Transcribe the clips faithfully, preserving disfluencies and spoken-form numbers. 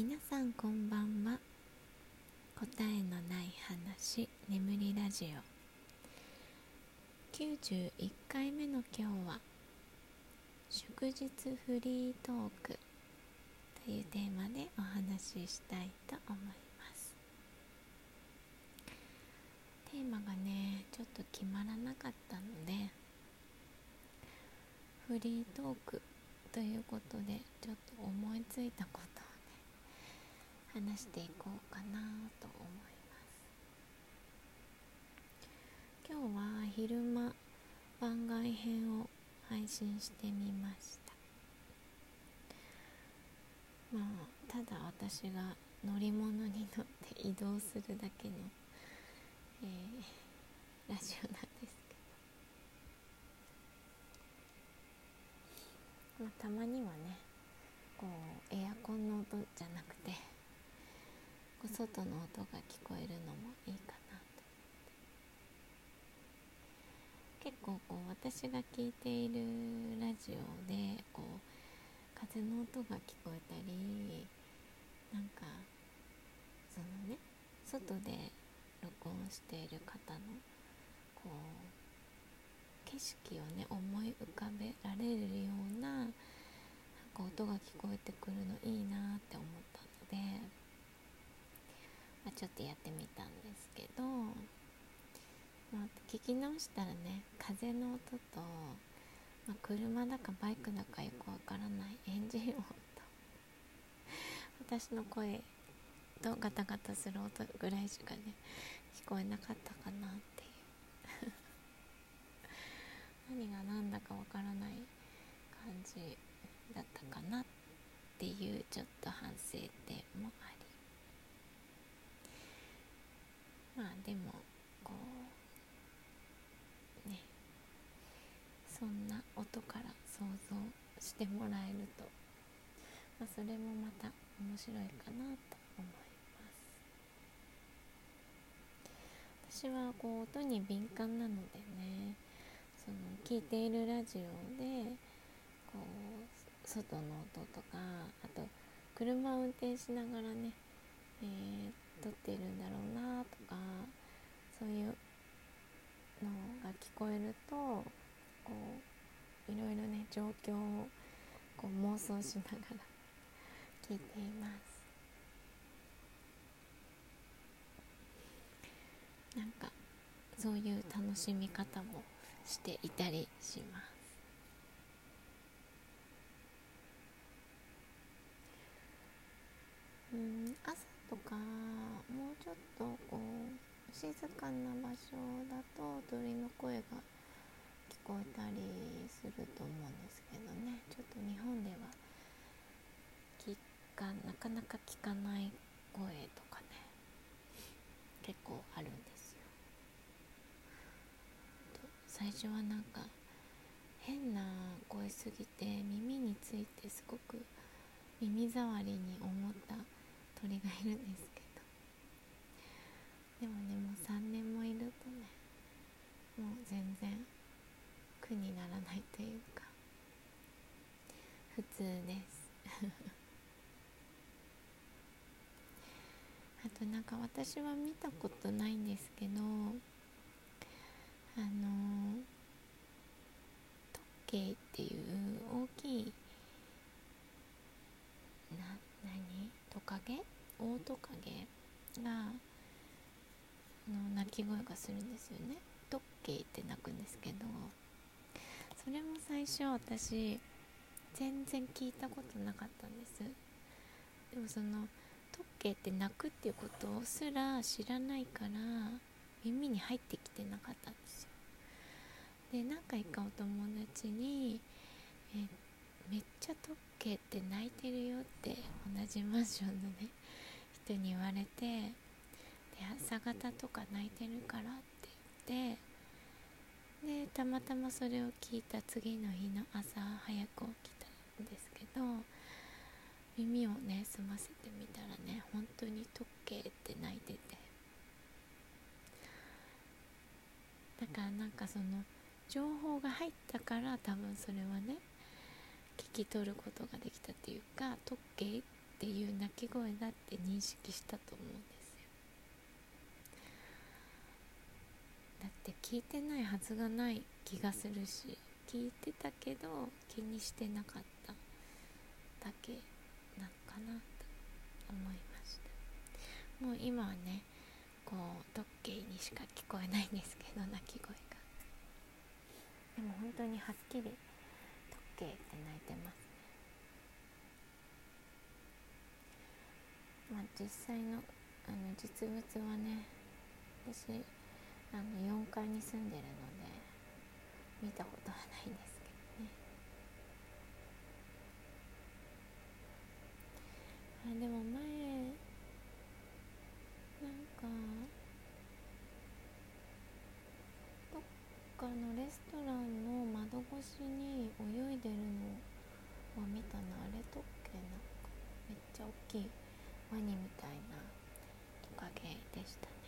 皆さんこんばんは。答えのない話、眠りラジオきゅうじゅういっかいめの今日は祝日フリートークというテーマでお話ししたいと思います。テーマがねちょっと決まらなかったので、フリートークということでちょっと思いついたことをね話していこうかなと思います。今日は昼間番外編を配信してみました。まあただ私が乗り物に乗って移動するだけの、えー、ラジオなんですけど、まあ、たまにはねこうエアコンの音じゃなくてこう外の音が聞こえるのもいいかなと。結構こう私が聞いているラジオでこう風の音が聞こえたり、なんかそのね外で録音している方のこう景色をね思い浮かべられるような、なんか音が聞こえてくるのいいなって思ったので、まあ、ちょっとやってみたんですけど、まあ、聞き直したらね風の音と、まあ、車だかバイクだかよくわからないエンジン音と私の声とガタガタする音ぐらいしかね聞こえなかったかなっていう何が何だかわからない感じだったかなっていうちょっと反省点もあり、まあでもこうねそんな音から想像してもらえると、まあ、それもまた面白いかなと思います。私はこう音に敏感なのでね、その聞いているラジオでこう外の音とか、あと車を運転しながらね、えー、撮ってるんだろうなとか、そういうのが聞こえるとこういろいろね状況をこう妄想しながら聞いています。なんかそういう楽しみ方もしていたりします。うん、朝とかもうちょっとこう静かな場所だと鳥の声が聞こえたりすると思うんですけどね、ちょっと日本では聞かなかなか聞かない声とかね結構あるんですよ。最初はなんか変な声すぎて耳についてすごく耳障りに思った鳥がいるんですけど、でもねもうさんねんもいるとねもう全然苦にならないというか普通ですあとなんか私は見たことないんですけど、あのトッケイっていう大きいな何トカゲオオトカゲがの鳴き声がするんですよね。トッケイって鳴くんですけど、それも最初私全然聞いたことなかったんです。でもそのトッケイって鳴くっていうことすら知らないから耳に入ってきてなかったんですよ。で何回かお友達にえめっちゃトッケイって鳴いてるよって同じマンションのね人に言われて、で朝方とか鳴いてるからって言って、でたまたまそれを聞いた次の日の朝早く起きたんですけど、耳をね澄ませてみたらね本当にトッケイって鳴いてて、だからなんかその情報が入ったから多分それはね聞き取ることができたっていうか、トッケイっっていう鳴き声だって認識したと思うんですよ。だって聞いてないはずがない気がするし、聞いてたけど気にしてなかっただけなのかなと思いました。もう今はねこうトッケイにしか聞こえないんですけど、鳴き声が。でも本当にはっきりトッケイって鳴いてますね。まあ実際のあの実物はね、私あのよんかいに住んでるので見たことはないんですけどね。あでも前なんかどっかのレストランの窓越しに泳いでるのを見たの、あれトッケイなんかめっちゃ大きいワニみたいなトカゲでしたね。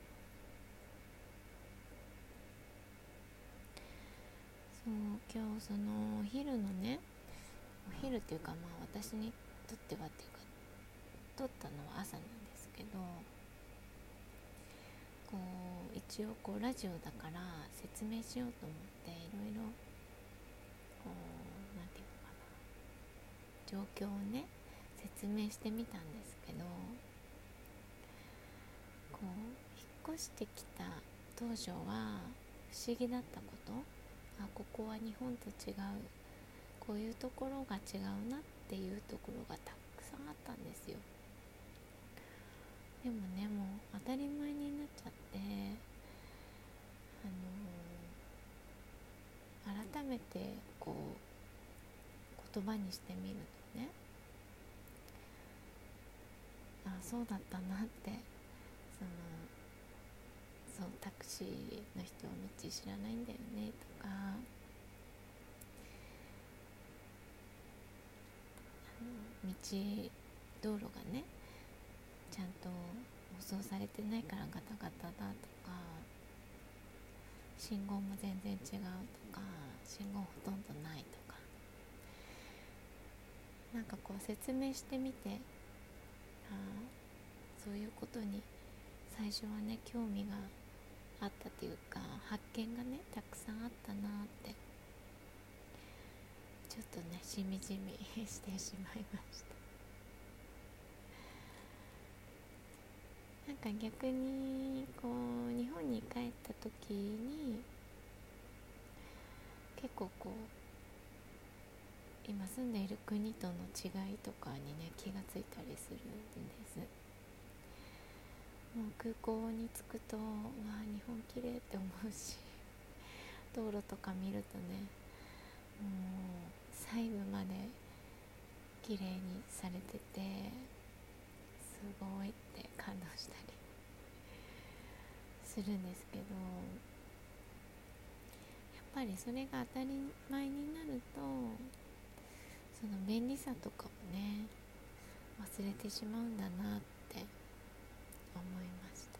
そう今日そのお昼のね、お昼っていうかまあ私にとってはっていうか撮ったのは朝なんですけど、こう一応こうラジオだから説明しようと思っていろいろこうなんていうのかな、状況をね説明してみたんですけど、こう引っ越してきた当初は不思議だったこと、あここは日本と違う、こういうところが違うなっていうところがたくさんあったんですよ。でもねもう当たり前になっちゃって、あのー、改めてこう言葉にしてみるとね、あそうだったなって、そのそうタクシーの人は道知らないんだよねとか、あの道道路がねちゃんと舗装されてないからガタガタだとか、信号も全然違うとか、信号ほとんどないとか、なんかこう説明してみて、あそういうことに最初はね興味があったというか発見がねたくさんあったなってちょっとねしみじみしてしまいました。なんか逆にこう日本に帰った時に結構こう今住んでいる国との違いとかにね気がついたりするんです。もう空港に着くとわあ日本綺麗って思うし、道路とか見るとねもう細部まで綺麗にされててすごいって感動したりするんですけど、やっぱりそれが当たり前になるとその便利さとかもね忘れてしまうんだなって思いました。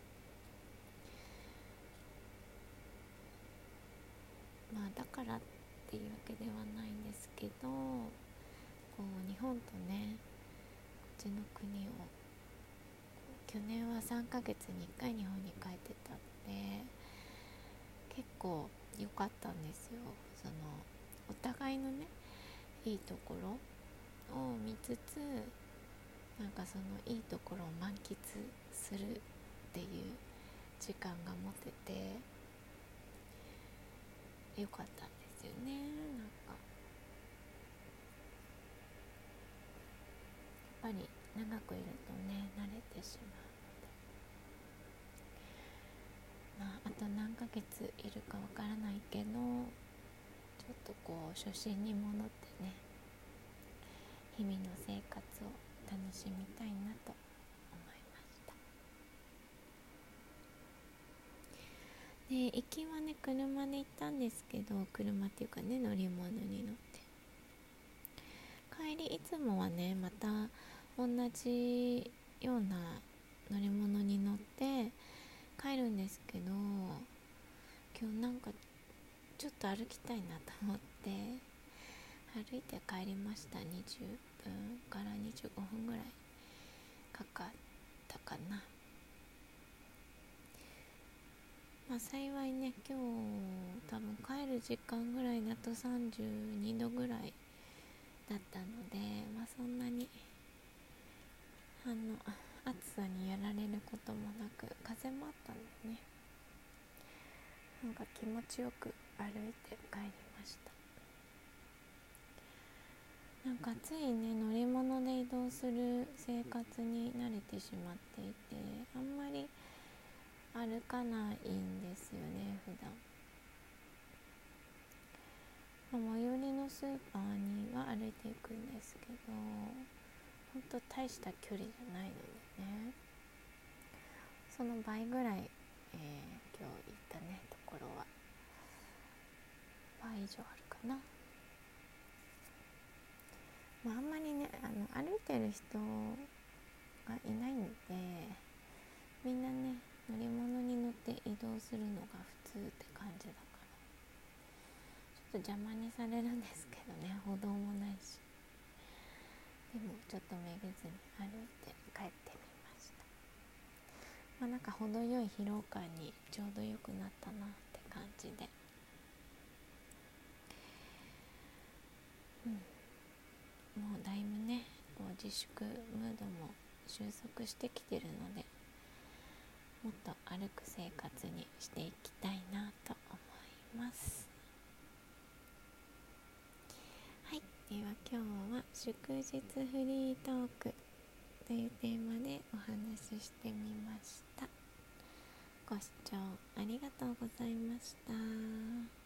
まあだからっていうわけではないんですけど、こう日本とねこっちの国を去年はさんかげつにいっかい日本に帰ってたんで結構良かったんですよ。そのお互いのねいいところを見つつ、なんかそのいいところを満喫するっていう時間が持てて良かったんですよね。なんかやっぱり長くいるとね慣れてしまうので、まあ、あと何ヶ月いるかわからないけどちょっとこう初心に戻ってね日々の生活を楽しみたいなと思いました。で行きはね車で行ったんですけど、車っていうかね乗り物に乗って、帰りいつもはねまた同じような乗り物に乗って帰るんですけど、今日なんかちょっと歩きたいなと思って歩歩いて帰りました。にじゅっぷんからにじゅうごふんぐらいかかったかな。まあ幸いね、今日多分帰る時間ぐらいだとさんじゅうにどぐらいだったので、まあそんなにあの暑さにやられることもなく、風もあったんでね、なんか気持ちよく歩いて帰りました。なんかついね、乗り物で移動する生活に慣れてしまっていて、あんまり歩かないんですよね、普段。最寄りのスーパーには歩いていくんですけど、ほんと大した距離じゃないのでね、その倍ぐらい、えー、今日行ったねところは倍以上あるかな。まあ、あんまりね、あの歩いてる人がいないんで、みんなね乗り物に乗って移動するのが普通って感じだから、ちょっと邪魔にされるんですけどね、歩道もないし。でもちょっとめげずに歩いて帰ってみました。まあなんか程よい疲労感にちょうどよくなったなって感じで、うん、もうだいぶね、こう自粛ムードも収束してきてるので、もっと歩く生活にしていきたいなと思います。はい、では今日は祝日フリートークというテーマでお話ししてみました。ご視聴ありがとうございました。